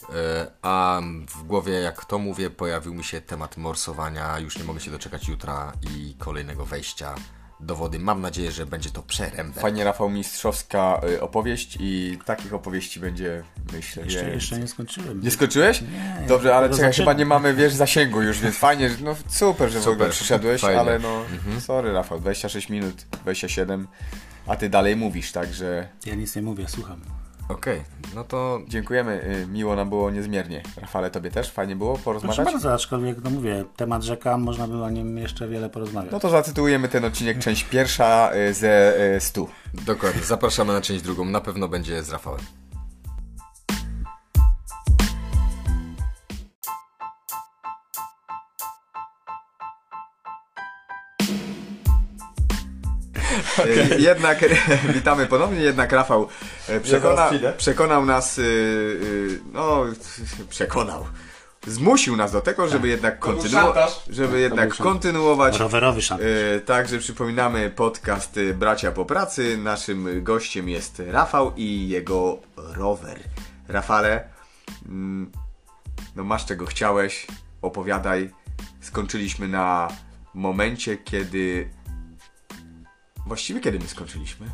A w głowie, jak to mówię, pojawił mi się temat morsowania. Już nie mogę się doczekać jutra i kolejnego wejścia do wody. Mam nadzieję, że będzie to przerębne. Fajnie, Rafał, mistrzowska opowieść i takich opowieści będzie, myślę, Jeszcze nie skończyłem. Nie skończyłeś? Nie, Dobrze, ale dopiero czekaj, zaczynam. chyba nie mamy, wiesz, zasięgu już, więc fajnie, no super, że w ogóle przyszedłeś, fajnie. ale no, sorry Rafał, 26 minut, 27, a ty dalej mówisz, także Ja nic nie mówię, słucham. Okej, no to dziękujemy, miło nam było niezmiernie. Rafale, tobie też fajnie było Proszę porozmawiać? bardzo, aczkolwiek, no mówię, temat rzeka, można by o nim jeszcze wiele porozmawiać. No to zatytułujemy ten odcinek część pierwsza ze 100. dokładnie, zapraszamy na część drugą. Na pewno będzie z Rafałem. Jednak, witamy ponownie, jednak Rafał przekonał nas, zmusił nas do tego, żeby jednak kontynuować. Rowerowy szantaż. Także przypominamy podcast Bracia po pracy. Naszym gościem jest Rafał i jego rower. Rafale, no masz czego chciałeś, opowiadaj. Skończyliśmy na momencie, kiedy... Właściwie kiedy my skończyliśmy?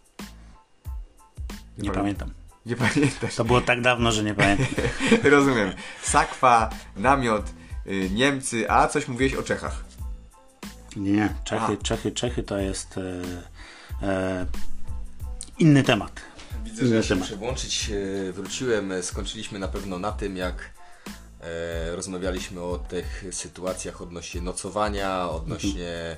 Nie pamiętam. Nie pamiętasz. To było tak dawno, że nie pamiętam. Rozumiem. Sakwa, namiot, Niemcy, a coś mówiłeś o Czechach. Nie, Czechy to jest inny temat. Widzę, że ja się muszę włączyć. Wróciłem, skończyliśmy na pewno na tym, jak rozmawialiśmy o tych sytuacjach odnośnie nocowania, odnośnie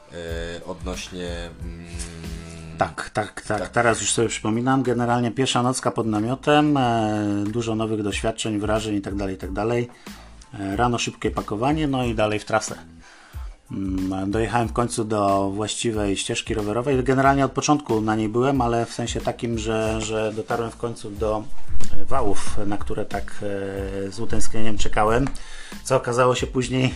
Tak. Teraz już sobie przypominam. Generalnie pierwsza nocka pod namiotem, dużo nowych doświadczeń, wrażeń i tak dalej. Rano szybkie pakowanie, no i dalej w trasę. Dojechałem w końcu do właściwej ścieżki rowerowej. Generalnie od początku na niej byłem, ale w sensie takim, że dotarłem w końcu do wałów, na które tak z utęsknieniem czekałem, co okazało się później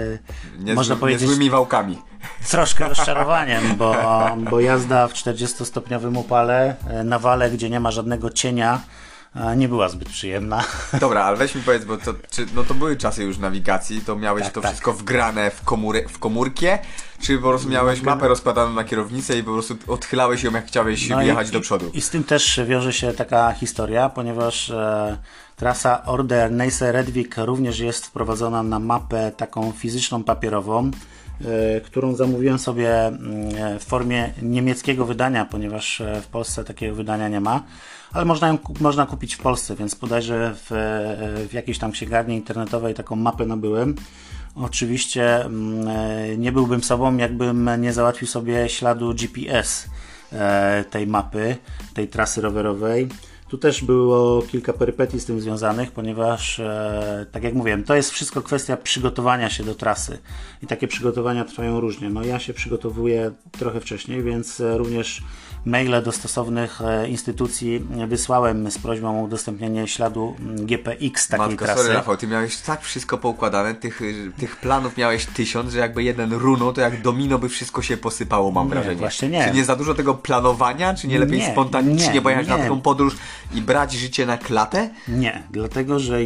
można powiedzieć niezłymi wałkami. troszkę rozczarowaniem, bo jazda w 40-stopniowym upale na wale, gdzie nie ma żadnego cienia, nie była zbyt przyjemna. Dobra, ale weź mi powiedz, bo to były czasy już nawigacji, to miałeś to wszystko wgrane w komórkę, czy po prostu miałeś mapę rozkładaną na kierownicę i po prostu odchylałeś ją, jak chciałeś jechać do przodu? I z tym też wiąże się taka historia, ponieważ trasa Oder-Neisse-Redwig również jest wprowadzona na mapę taką fizyczną, papierową, którą zamówiłem sobie w formie niemieckiego wydania, ponieważ w Polsce takiego wydania nie ma, ale można kupić w Polsce, więc bodajże w jakiejś tam księgarni internetowej taką mapę nabyłem. Oczywiście nie byłbym sobą, jakbym nie załatwił sobie śladu GPS tej mapy, tej trasy rowerowej. Tu też było kilka perypetii z tym związanych, ponieważ, tak jak mówiłem, to jest wszystko kwestia przygotowania się do trasy. I takie przygotowania trwają różnie. No ja się przygotowuję trochę wcześniej, więc również maile do stosownych instytucji wysłałem z prośbą o udostępnienie śladu GPX takiej trasy. Sorry Rafał, ty miałeś tak wszystko poukładane, tych planów miałeś 1000, że jakby jeden runął, to jak domino by wszystko się posypało, mam wrażenie. Właśnie nie. Czy nie za dużo tego planowania? Czy nie lepiej spontanicznie pojechać na taką podróż i brać życie na klatę? Nie, dlatego, że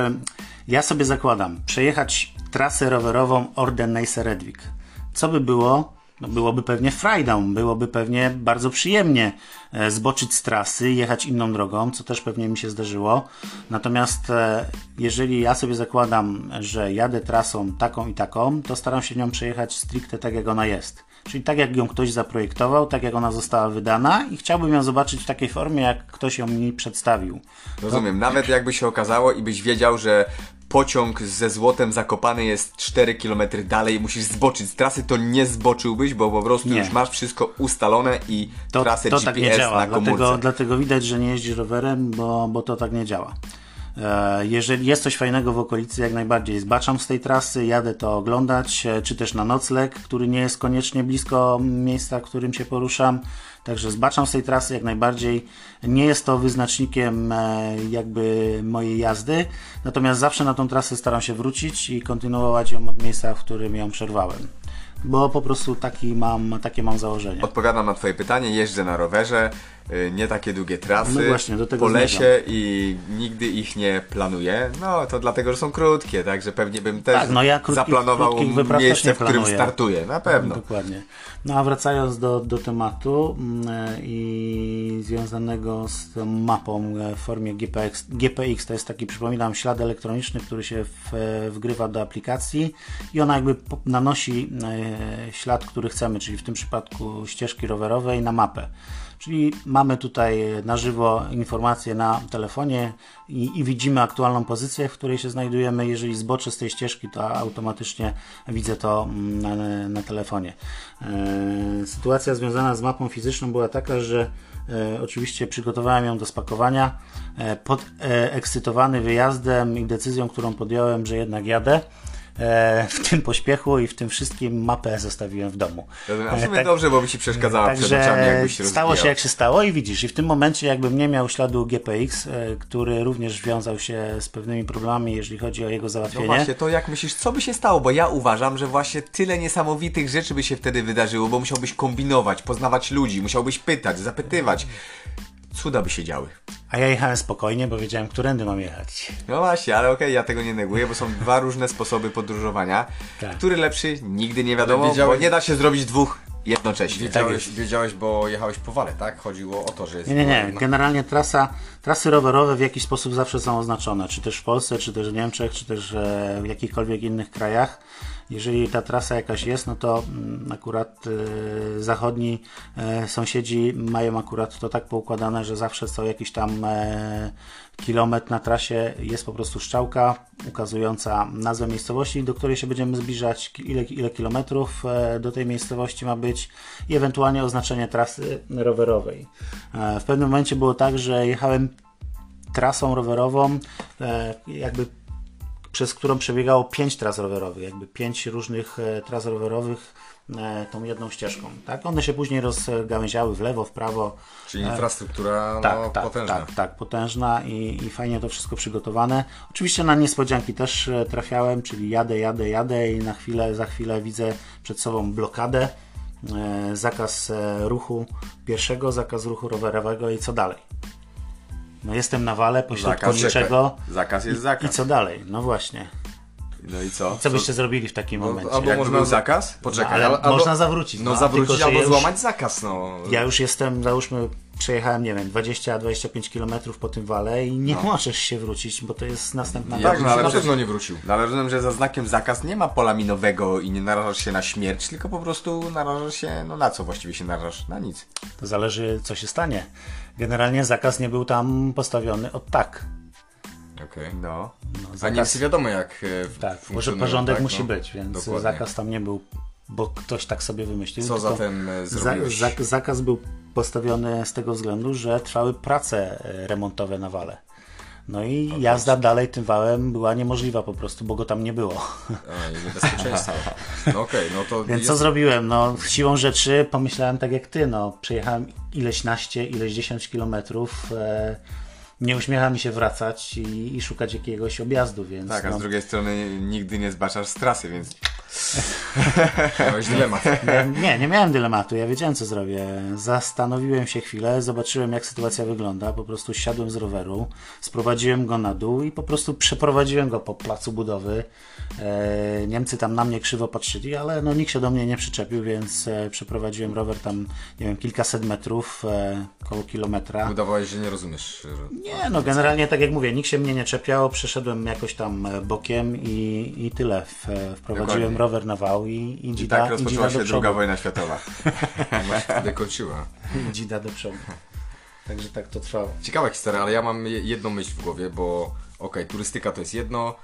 ja sobie zakładam przejechać trasę rowerową Oder-Neisse-Redwig. Co by było? No byłoby pewnie frajdą, byłoby pewnie bardzo przyjemnie zboczyć z trasy, jechać inną drogą, co też pewnie mi się zdarzyło. Natomiast jeżeli ja sobie zakładam, że jadę trasą taką i taką, to staram się nią przejechać stricte tak, jak ona jest. Czyli tak, jak ją ktoś zaprojektował, tak, jak ona została wydana i chciałbym ją zobaczyć w takiej formie, jak ktoś ją mi przedstawił. Rozumiem, nawet jakby się okazało i byś wiedział, że pociąg ze Złotem Zakopany jest 4 km dalej i musisz zboczyć z trasy, to nie zboczyłbyś, bo po prostu już masz wszystko ustalone i trasę to GPS tak nie działa. na komórce. Dlatego widać, że nie jeździsz rowerem, bo to tak nie działa. Jeżeli jest coś fajnego w okolicy, jak najbardziej zbaczam z tej trasy, jadę to oglądać, czy też na nocleg, który nie jest koniecznie blisko miejsca, w którym się poruszam. Także zbaczam z tej trasy jak najbardziej. Nie jest to wyznacznikiem jakby mojej jazdy, natomiast zawsze na tą trasę staram się wrócić i kontynuować ją od miejsca, w którym ją przerwałem. Bo po prostu takie mam założenie. Odpowiadam na twoje pytanie, jeżdżę na rowerze, nie takie długie trasy, no właśnie, do tego po lesie zmierzam. I nigdy ich nie planuję. No to dlatego, że są krótkie, także pewnie bym też ja zaplanował miejsce, w którym startuję, na pewno. Dokładnie. No a wracając do tematu i związanego z tą mapą w formie GPX, to jest taki, przypominam, ślad elektroniczny, który się wgrywa do aplikacji i ona jakby nanosi ślad, który chcemy, czyli w tym przypadku ścieżki rowerowej na mapę. Czyli mamy tutaj na żywo informacje na telefonie i widzimy aktualną pozycję, w której się znajdujemy. Jeżeli zboczę z tej ścieżki, to automatycznie widzę to na telefonie. Sytuacja związana z mapą fizyczną była taka, że oczywiście przygotowałem ją do spakowania. Podekscytowany wyjazdem i decyzją, którą podjąłem, że jednak jadę. W tym pośpiechu i w tym wszystkim mapę zostawiłem w domu. A w sumie dobrze, bo by ci przeszkadzała przed oczami, jakbyś się stało rozwijał. się jak się stało i widzisz, i w tym momencie jakbym nie miał śladu GPX, który również wiązał się z pewnymi problemami, jeżeli chodzi o jego załatwienie. No właśnie, to jak myślisz, co by się stało? Bo ja uważam, że właśnie tyle niesamowitych rzeczy by się wtedy wydarzyło, bo musiałbyś kombinować, poznawać ludzi, musiałbyś pytać, zapytywać. Cuda by się działy. A ja jechałem spokojnie, bo wiedziałem, którędy mam jechać. No właśnie, ale okej, ja tego nie neguję, bo są dwa różne sposoby podróżowania. Który lepszy? Nigdy nie wiadomo, bo nie da się zrobić dwóch jednocześnie. Wiedziałeś, bo jechałeś po wale, tak? Chodziło o to, że jest... Nie. Generalnie trasy rowerowe w jakiś sposób zawsze są oznaczone. Czy też w Polsce, czy też w Niemczech, czy też w jakichkolwiek innych krajach. Jeżeli ta trasa jakaś jest, no to akurat zachodni sąsiedzi mają akurat to tak poukładane, że zawsze co jakiś tam kilometr na trasie jest po prostu strzałka ukazująca nazwę miejscowości, do której się będziemy zbliżać, ile kilometrów do tej miejscowości ma być i ewentualnie oznaczenie trasy rowerowej. W pewnym momencie było tak, że jechałem trasą rowerową, jakby przez którą przebiegało 5 tras rowerowych, jakby 5 różnych tras rowerowych tą jedną ścieżką. Tak? One się później rozgałęziały w lewo, w prawo. Czyli infrastruktura potężna. Tak, potężna i fajnie to wszystko przygotowane. Oczywiście na niespodzianki też trafiałem, czyli jadę i za chwilę widzę przed sobą blokadę, zakaz ruchu pieszego, zakaz ruchu rowerowego i co dalej? No jestem na wale, pośrodku niczego. Zakaz jest zakaz. I co dalej? No właśnie. No i co? Co byście zrobili w takim momencie? Albo jak można był zakaz? Poczekaj, Ale albo można zawrócić. No zawrócić tylko, albo złamać zakaz, no. Ja już jestem, załóżmy, przejechałem, nie wiem, 20-25 km po tym wale i nie możesz się wrócić, bo to jest następna Ja Tak, bym no, się ale na przecież- pewno nie wrócił. No ale rozumiem, że za znakiem zakaz nie ma pola minowego i nie narażasz się na śmierć, tylko po prostu narażasz się, no na co właściwie się narażasz? Na nic. To zależy, co się stanie. Generalnie zakaz nie był tam postawiony od tak. Okej. No. A nie jest wiadomo jak Tak, funkcjonują, porządek tak? musi No, być, więc dokładnie. zakaz tam nie był, bo ktoś tak sobie wymyślił. Co tylko zatem zrobiłeś? zakaz był postawiony z tego względu, że trwały prace remontowe na wale. No i jazda dalej tym wałem była niemożliwa po prostu, bo go tam nie było. A, i niebezpieczeństwo. No okej, no to Więc jest... co zrobiłem? No siłą rzeczy pomyślałem tak jak ty, no przejechałem ileś 10 kilometrów, nie uśmiecha mi się wracać i szukać jakiegoś objazdu, więc Tak, a no, z drugiej strony nigdy nie zbaczasz z trasy, więc Miałeś dylemat. nie miałem dylematu, ja wiedziałem co zrobię. Zastanowiłem się chwilę, zobaczyłem jak sytuacja wygląda, po prostu siadłem z roweru, sprowadziłem go na dół i po prostu przeprowadziłem go po placu budowy. Niemcy tam na mnie krzywo patrzyli, ale no nikt się do mnie nie przyczepił, więc przeprowadziłem rower tam, nie wiem, kilkaset metrów, koło kilometra. Udawałeś, że nie rozumiesz. Że... Nie, no generalnie tak jak mówię, nikt się mnie nie czepiał, przeszedłem jakoś tam bokiem i tyle. Wprowadziłem Dokładnie. rower na wał i i dzida, tak i rozpoczęła dzida się do druga przodu. wojna światowa. Ona się wtedy kończyła. I dzida do przodu. Także tak to trwało. Ciekawa historia, ale ja mam jedną myśl w głowie, bo turystyka to jest jedno,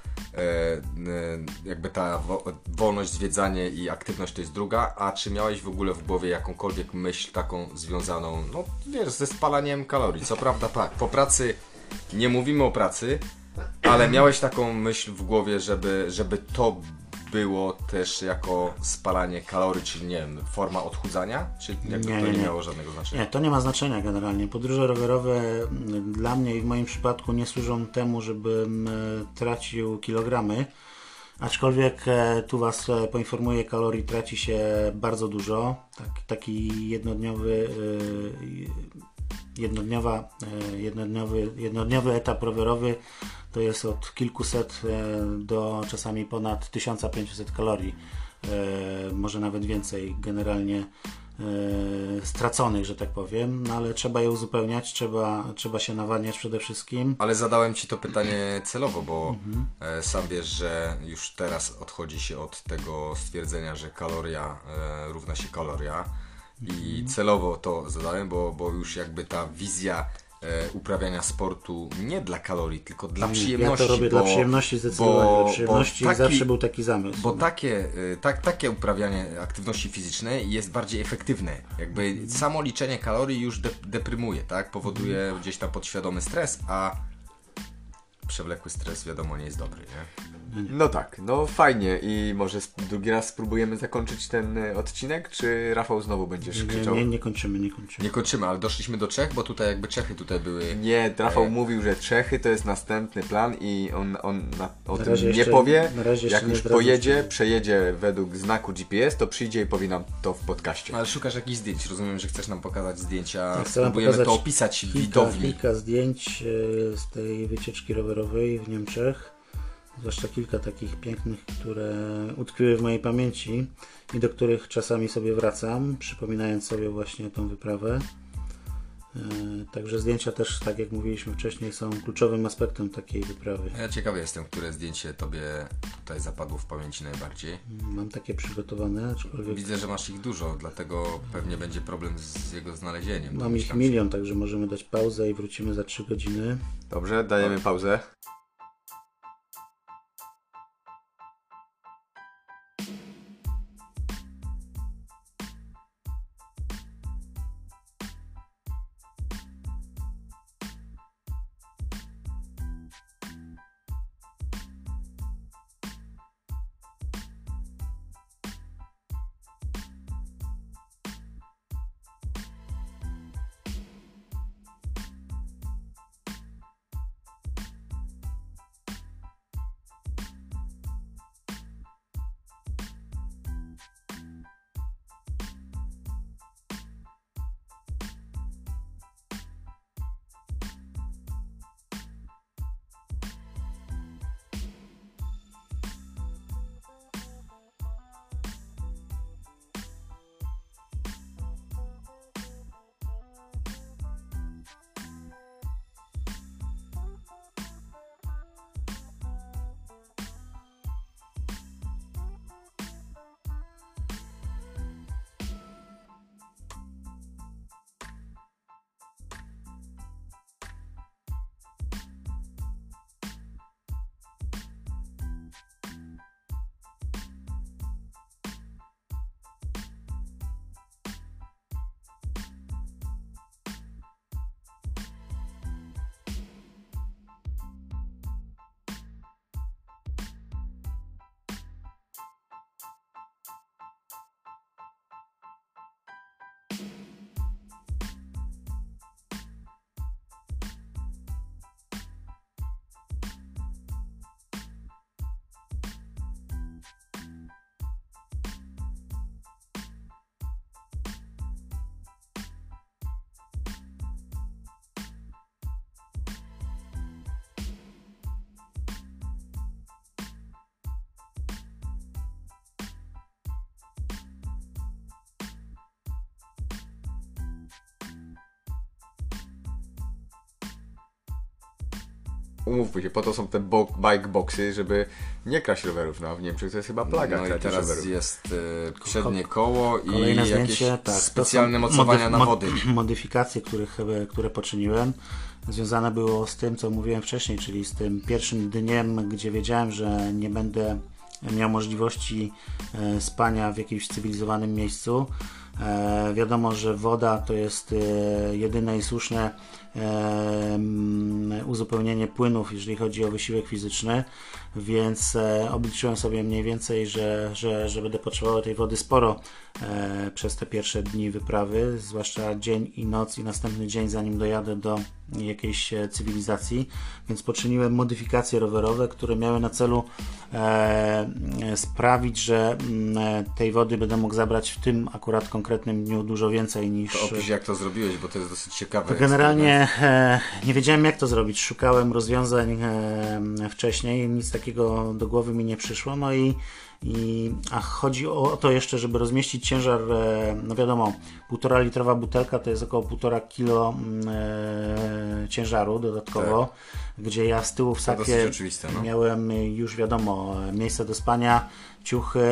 jakby ta wolność, zwiedzanie i aktywność to jest druga, a czy miałeś w ogóle w głowie jakąkolwiek myśl taką związaną, no wiesz, ze spalaniem kalorii? Co prawda tak, po pracy nie mówimy o pracy, ale miałeś taką myśl w głowie, żeby to było też jako spalanie kalorii, czyli nie wiem, forma odchudzania? Czy jakby to nie miało żadnego znaczenia? Nie, to nie ma znaczenia generalnie. Podróże rowerowe dla mnie i w moim przypadku nie służą temu, żebym tracił kilogramy. Aczkolwiek tu Was poinformuję, kalorii traci się bardzo dużo. Taki jednodniowy etap rowerowy to jest od kilkuset do czasami ponad 1500 kalorii. Może nawet więcej generalnie straconych, że tak powiem, no ale trzeba je uzupełniać, trzeba się nawadniać przede wszystkim. Ale zadałem Ci to pytanie celowo, bo sam wiesz, że już teraz odchodzi się od tego stwierdzenia, że kaloria równa się kaloria i celowo to zadałem, bo już jakby ta wizja uprawiania sportu nie dla kalorii, tylko dla przyjemności. Ja to robię dla przyjemności, zdecydowanie dla przyjemności i zawsze był taki zamysł. Bo takie uprawianie aktywności fizycznej jest bardziej efektywne. Jakby samo liczenie kalorii już deprymuje, tak? Powoduje gdzieś tam podświadomy stres, a przewlekły stres wiadomo nie jest dobry, nie? No tak, no fajnie i może drugi raz spróbujemy zakończyć ten odcinek, czy Rafał znowu będziesz krzyczał? Nie kończymy. Nie kończymy, ale doszliśmy do Czech, bo tutaj jakby Czechy tutaj były... Nie, Rafał mówił, że Czechy to jest następny plan i on o tym razie nie jeszcze- powie. na razie Jak jeszcze nie już zdradzę. pojedzie, przejedzie według znaku GPS, to przyjdzie i powie nam to w podcaście. Ale szukasz jakichś zdjęć, rozumiem, że chcesz nam pokazać zdjęcia, Chcę wam spróbujemy pokazać to opisać widowni. Kilka zdjęć z tej wycieczki rowerowej w Niemczech. Zwłaszcza kilka takich pięknych, które utkwiły w mojej pamięci i do których czasami sobie wracam, przypominając sobie właśnie tą wyprawę. Także zdjęcia też, tak jak mówiliśmy wcześniej, są kluczowym aspektem takiej wyprawy. Ja ciekawy jestem, które zdjęcie Tobie tutaj zapadło w pamięci najbardziej. Mam takie przygotowane, aczkolwiek Widzę, że masz ich dużo, dlatego pewnie będzie problem z jego znalezieniem. mam ich Domyślam się. milion, także możemy dać pauzę i wrócimy za 3 godziny. Dobrze, dajemy pauzę. umówmy się, po to są te bike boxy, żeby nie kraść rowerów. No, w Niemczech to jest chyba plaga No i kradzież teraz rowerów. jest przednie koło i Kolejne jakieś zdjęcie, tak, specjalne to są mocowania na wody. Modyfikacje, które poczyniłem, związane było z tym, co mówiłem wcześniej, czyli z tym pierwszym dniem, gdzie wiedziałem, że nie będę miał możliwości spania w jakimś cywilizowanym miejscu. Wiadomo, że woda to jest jedyne i słuszne uzupełnienie płynów, jeżeli chodzi o wysiłek fizyczny, więc obliczyłem sobie mniej więcej, że będę potrzebował tej wody sporo przez te pierwsze dni wyprawy, zwłaszcza dzień i noc i następny dzień, zanim dojadę do jakiejś cywilizacji, więc poczyniłem modyfikacje rowerowe, które miały na celu sprawić, że tej wody będę mógł zabrać w tym akurat konkretnym dniu dużo więcej niż... To opisz, jak to zrobiłeś, bo to jest dosyć ciekawe. To generalnie nie wiedziałem, jak to zrobić. Szukałem rozwiązań wcześniej, nic takiego do głowy mi nie przyszło. No a chodzi o to jeszcze, żeby rozmieścić ciężar, no wiadomo, 1,5 litrowa butelka to jest około 1,5 kilo ciężaru dodatkowo, gdzie ja z tyłu w sakie oczywiste, no. miałem już wiadomo miejsce do spania, ciuchy,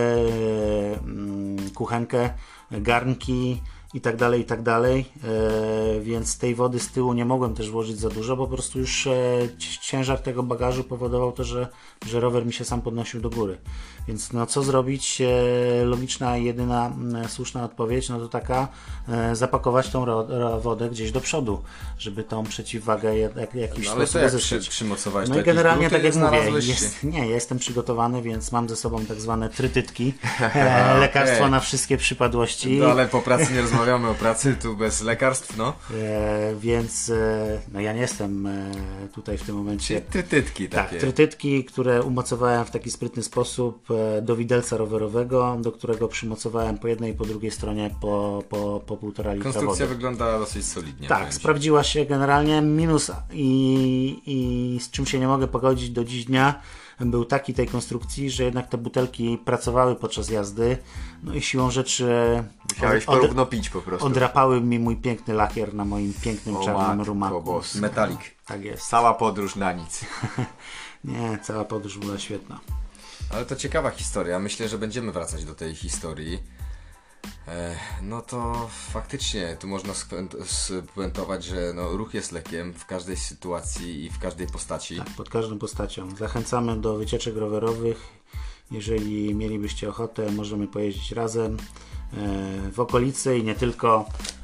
kuchenkę, garnki i tak dalej, więc tej wody z tyłu nie mogłem też włożyć za dużo, bo po prostu już ciężar tego bagażu powodował to, że rower mi się sam podnosił do góry. Więc no co zrobić? Logiczna, jedyna słuszna odpowiedź, no to taka, zapakować tą wodę gdzieś do przodu, żeby tą przeciwwagę jakiś No ale sposób to jak uzyskać. przymocowałeś? No to i generalnie, jakieś tak jak druty mówię, znalazłeś? ja jestem przygotowany, więc mam ze sobą tak zwane trytytki, lekarstwo na wszystkie przypadłości. No ale po pracy nie rozmawiamy o pracy, tu bez lekarstw, no. Więc no ja nie jestem tutaj w tym momencie. Trytytki Tak, takie. trytytki, które umocowałem w taki sprytny sposób do widelca rowerowego, do którego przymocowałem po jednej i po drugiej stronie po 1,5 litra Konstrukcja wody. wygląda dosyć solidnie. Tak, powiem ci. sprawdziła się generalnie. Minus i z czym się nie mogę pogodzić do dziś dnia był taki tej konstrukcji, że jednak te butelki pracowały podczas jazdy, no i siłą rzeczy Musiałeś porówno pić po prostu. odrapały mi mój piękny lakier na moim pięknym czarnym matko rumaku. boska. Metalik. Tak jest. Cała podróż na nic. Nie, cała podróż była świetna. Ale to ciekawa historia. Myślę, że będziemy wracać do tej historii. No to faktycznie tu można spuentować, że no, ruch jest lekiem w każdej sytuacji i w każdej postaci. Tak, pod każdą postacią. Zachęcamy do wycieczek rowerowych. Jeżeli mielibyście ochotę, możemy pojeździć razem w okolicy i nie tylko.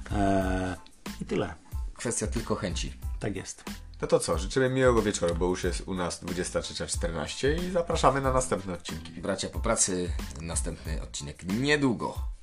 I tyle. Kwestia tylko chęci. Tak jest. No to co, życzymy miłego wieczoru, bo już jest u nas 23:14 i zapraszamy na następne odcinki. Bracia po pracy, następny odcinek niedługo.